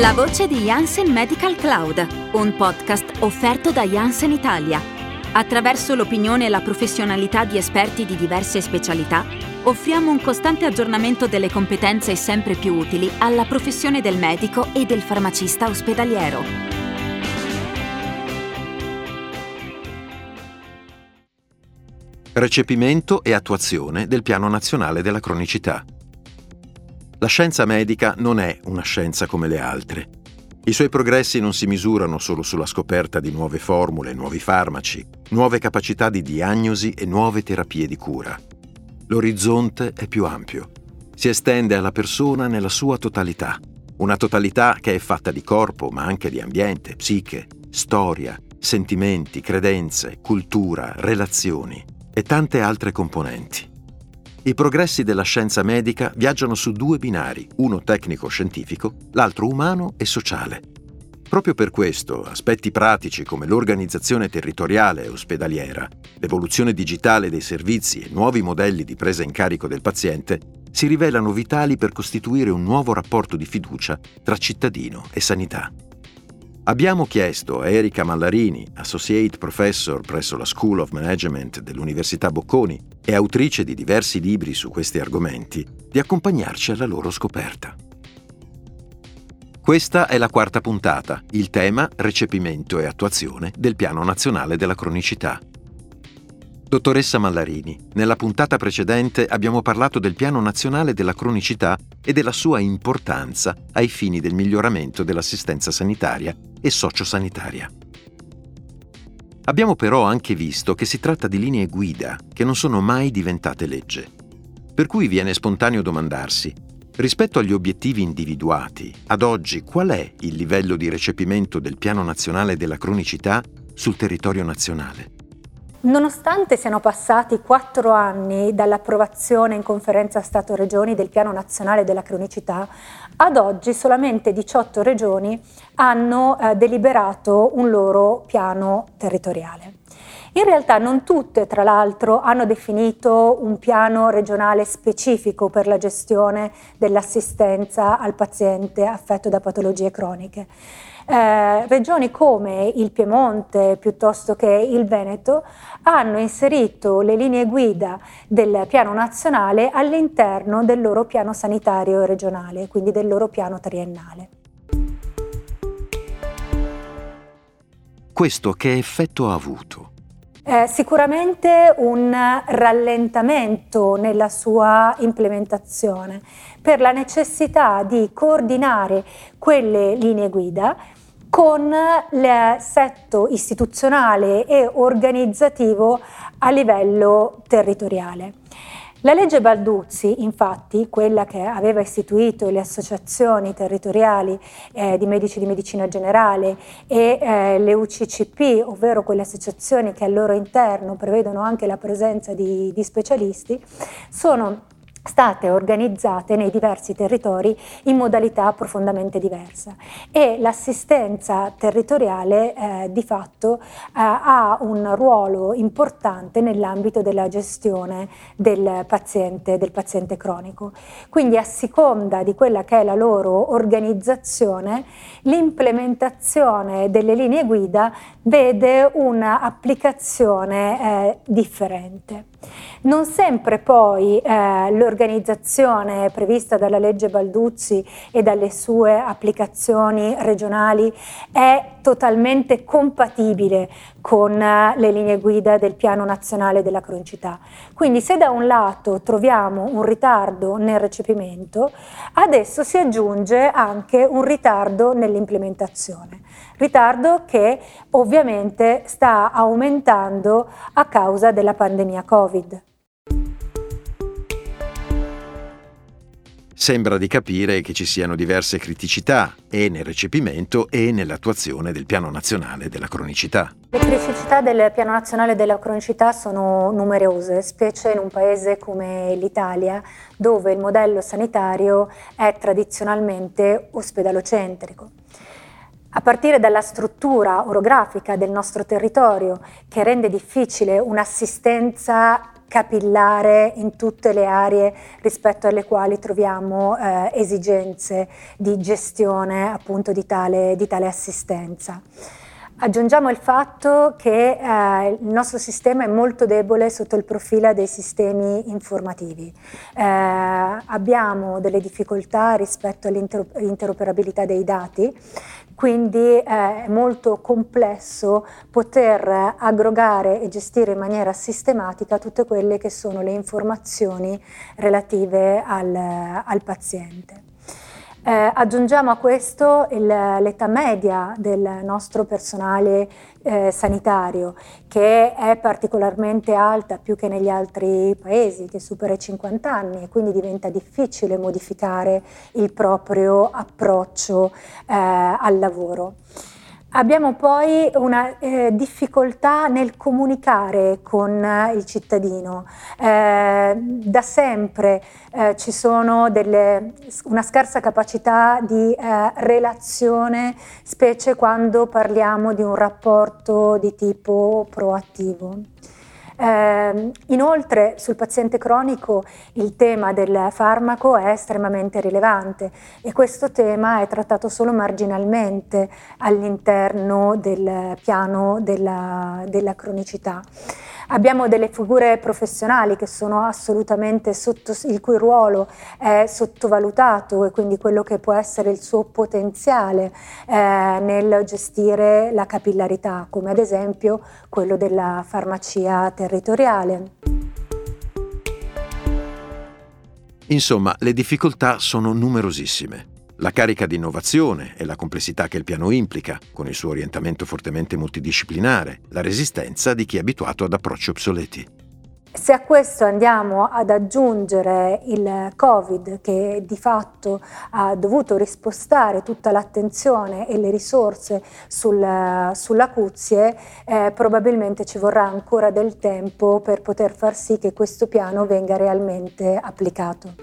La voce di Janssen Medical Cloud, un podcast offerto da Janssen Italia. Attraverso l'opinione e la professionalità di esperti di diverse specialità, offriamo un costante aggiornamento delle competenze sempre più utili alla professione del medico e del farmacista ospedaliero. Recepimento e attuazione del Piano Nazionale della Cronicità. La scienza medica non è una scienza come le altre. I suoi progressi non si misurano solo sulla scoperta di nuove formule, nuovi farmaci, nuove capacità di diagnosi e nuove terapie di cura. L'orizzonte è più ampio. Si estende alla persona nella sua totalità. Una totalità che è fatta di corpo, ma anche di ambiente, psiche, storia, sentimenti, credenze, cultura, relazioni e tante altre componenti. I progressi della scienza medica viaggiano su due binari, uno tecnico-scientifico, l'altro umano e sociale. Proprio per questo, aspetti pratici come l'organizzazione territoriale e ospedaliera, l'evoluzione digitale dei servizi e nuovi modelli di presa in carico del paziente si rivelano vitali per costituire un nuovo rapporto di fiducia tra cittadino e sanità. Abbiamo chiesto a Erika Mallarini, Associate Professor presso la School of Management dell'Università Bocconi e autrice di diversi libri su questi argomenti, di accompagnarci alla loro scoperta. Questa è la quarta puntata, il tema recepimento e attuazione del Piano Nazionale della Cronicità. Dottoressa Mallarini, nella puntata precedente abbiamo parlato del Piano Nazionale della Cronicità e della sua importanza ai fini del miglioramento dell'assistenza sanitaria e sociosanitaria. Abbiamo però anche visto che si tratta di linee guida che non sono mai diventate legge. Per cui viene spontaneo domandarsi, rispetto agli obiettivi individuati, ad oggi qual è il livello di recepimento del Piano Nazionale della Cronicità sul territorio nazionale? Nonostante siano passati 4 anni dall'approvazione in Conferenza Stato-Regioni del Piano Nazionale della Cronicità, ad oggi solamente 18 regioni hanno deliberato un loro piano territoriale. In realtà non tutte, tra l'altro, hanno definito un piano regionale specifico per la gestione dell'assistenza al paziente affetto da patologie croniche. Regioni come il Piemonte piuttosto che il Veneto hanno inserito le linee guida del piano nazionale all'interno del loro piano sanitario regionale, quindi del loro piano triennale. Questo che effetto ha avuto? Sicuramente un rallentamento nella sua implementazione per la necessità di coordinare quelle linee guida con l'assetto istituzionale e organizzativo a livello territoriale. La legge Balduzzi, infatti, quella che aveva istituito le associazioni territoriali di medici di medicina generale e le UCCP, ovvero quelle associazioni che al loro interno prevedono anche la presenza di specialisti, sono state organizzate nei diversi territori in modalità profondamente diversa e l'assistenza territoriale di fatto ha un ruolo importante nell'ambito della gestione del paziente cronico. Quindi a seconda di quella che è la loro organizzazione, l'implementazione delle linee guida vede un'applicazione differente. Non sempre poi l'organizzazione prevista dalla legge Balduzzi e dalle sue applicazioni regionali è totalmente compatibile con le linee guida del Piano Nazionale della Cronicità. Quindi se da un lato troviamo un ritardo nel recepimento, adesso si aggiunge anche un ritardo nell'implementazione. Ritardo che ovviamente sta aumentando a causa della pandemia Covid. Sembra di capire che ci siano diverse criticità e nel recepimento e nell'attuazione del Piano Nazionale della Cronicità. Le criticità del Piano Nazionale della Cronicità sono numerose, specie in un paese come l'Italia, dove il modello sanitario è tradizionalmente ospedalocentrico. A partire dalla struttura orografica del nostro territorio, che rende difficile un'assistenza capillare in tutte le aree rispetto alle quali troviamo esigenze di gestione appunto di tale assistenza. Aggiungiamo il fatto che il nostro sistema è molto debole sotto il profilo dei sistemi informativi. Abbiamo delle difficoltà rispetto all'interoperabilità dei dati, quindi è molto complesso poter aggregare e gestire in maniera sistematica tutte quelle che sono le informazioni relative al paziente. Aggiungiamo a questo l'età media del nostro personale sanitario, che è particolarmente alta, più che negli altri paesi, che supera i 50 anni, e quindi diventa difficile modificare il proprio approccio al lavoro. Abbiamo poi una difficoltà nel comunicare con il cittadino. Da sempre ci sono una scarsa capacità di relazione, specie quando parliamo di un rapporto di tipo proattivo. Inoltre sul paziente cronico il tema del farmaco è estremamente rilevante e questo tema è trattato solo marginalmente all'interno del piano della cronicità. Abbiamo delle figure professionali che sono assolutamente il cui ruolo è sottovalutato, e quindi quello che può essere il suo potenziale nel gestire la capillarità, come ad esempio quello della farmacia territoriale. Insomma, le difficoltà sono numerosissime. La carica di innovazione e la complessità che il piano implica, con il suo orientamento fortemente multidisciplinare, la resistenza di chi è abituato ad approcci obsoleti. Se a questo andiamo ad aggiungere il Covid, che di fatto ha dovuto rispostare tutta l'attenzione e le risorse sull'acuzie, probabilmente ci vorrà ancora del tempo per poter far sì che questo piano venga realmente applicato.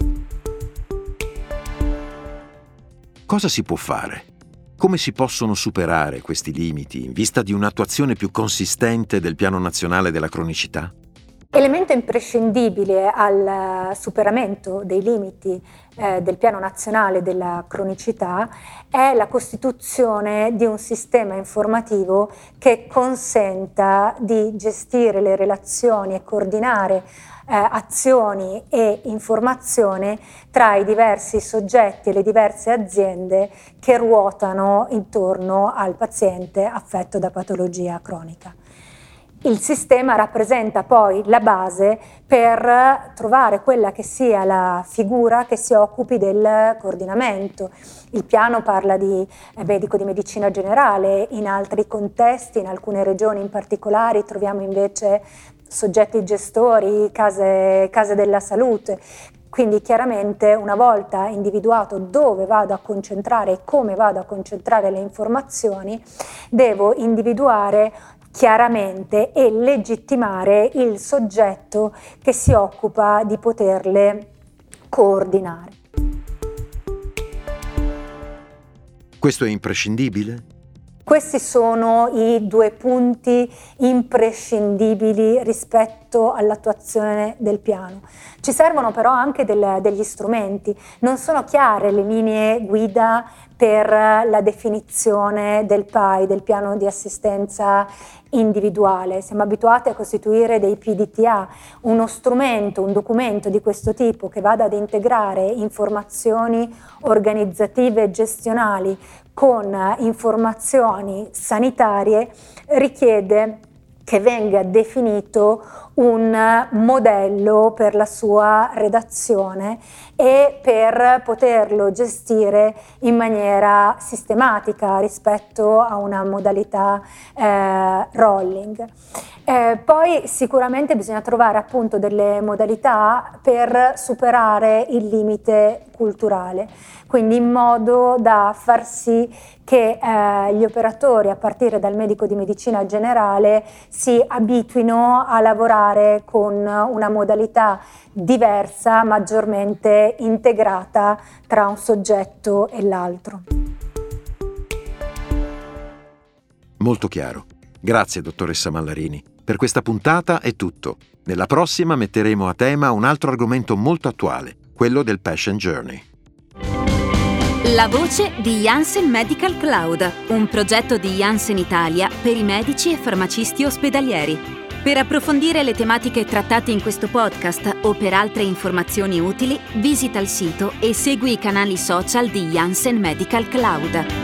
Cosa si può fare? Come si possono superare questi limiti in vista di un'attuazione più consistente del Piano Nazionale della Cronicità? Elemento imprescindibile al superamento dei limiti del Piano Nazionale della Cronicità è la costituzione di un sistema informativo che consenta di gestire le relazioni e coordinare azioni e informazione tra i diversi soggetti e le diverse aziende che ruotano intorno al paziente affetto da patologia cronica. Il sistema rappresenta poi la base per trovare quella che sia la figura che si occupi del coordinamento. Il piano parla di medico di medicina generale, in altri contesti, in alcune regioni in particolare, troviamo invece soggetti gestori, case della salute. Quindi chiaramente una volta individuato dove vado a concentrare e come vado a concentrare le informazioni, devo individuare chiaramente e legittimare il soggetto che si occupa di poterle coordinare. Questo è imprescindibile? Questi sono i due punti imprescindibili rispetto all'attuazione del piano. Ci servono però anche degli strumenti. Non sono chiare le linee guida per la definizione del PAI, del piano di assistenza individuale. Siamo abituati a costituire dei PDTA, uno strumento, un documento di questo tipo che vada ad integrare informazioni organizzative e gestionali con informazioni sanitarie, richiede che venga definito un modello per la sua redazione e per poterlo gestire in maniera sistematica rispetto a una modalità rolling. Poi sicuramente bisogna trovare appunto delle modalità per superare il limite culturale, quindi in modo da far sì che gli operatori, a partire dal medico di medicina generale, si abituino a lavorare con una modalità diversa, maggiormente integrata tra un soggetto e l'altro. Molto chiaro. Grazie, dottoressa Mallarini, Per questa puntata è tutto. Nella prossima metteremo a tema un altro argomento molto attuale, quello del Patient Journey. La voce di Janssen Medical Cloud, un progetto di Janssen Italia per i medici e farmacisti ospedalieri. Per approfondire le tematiche trattate in questo podcast o per altre informazioni utili, visita il sito e segui i canali social di Janssen Medical Cloud.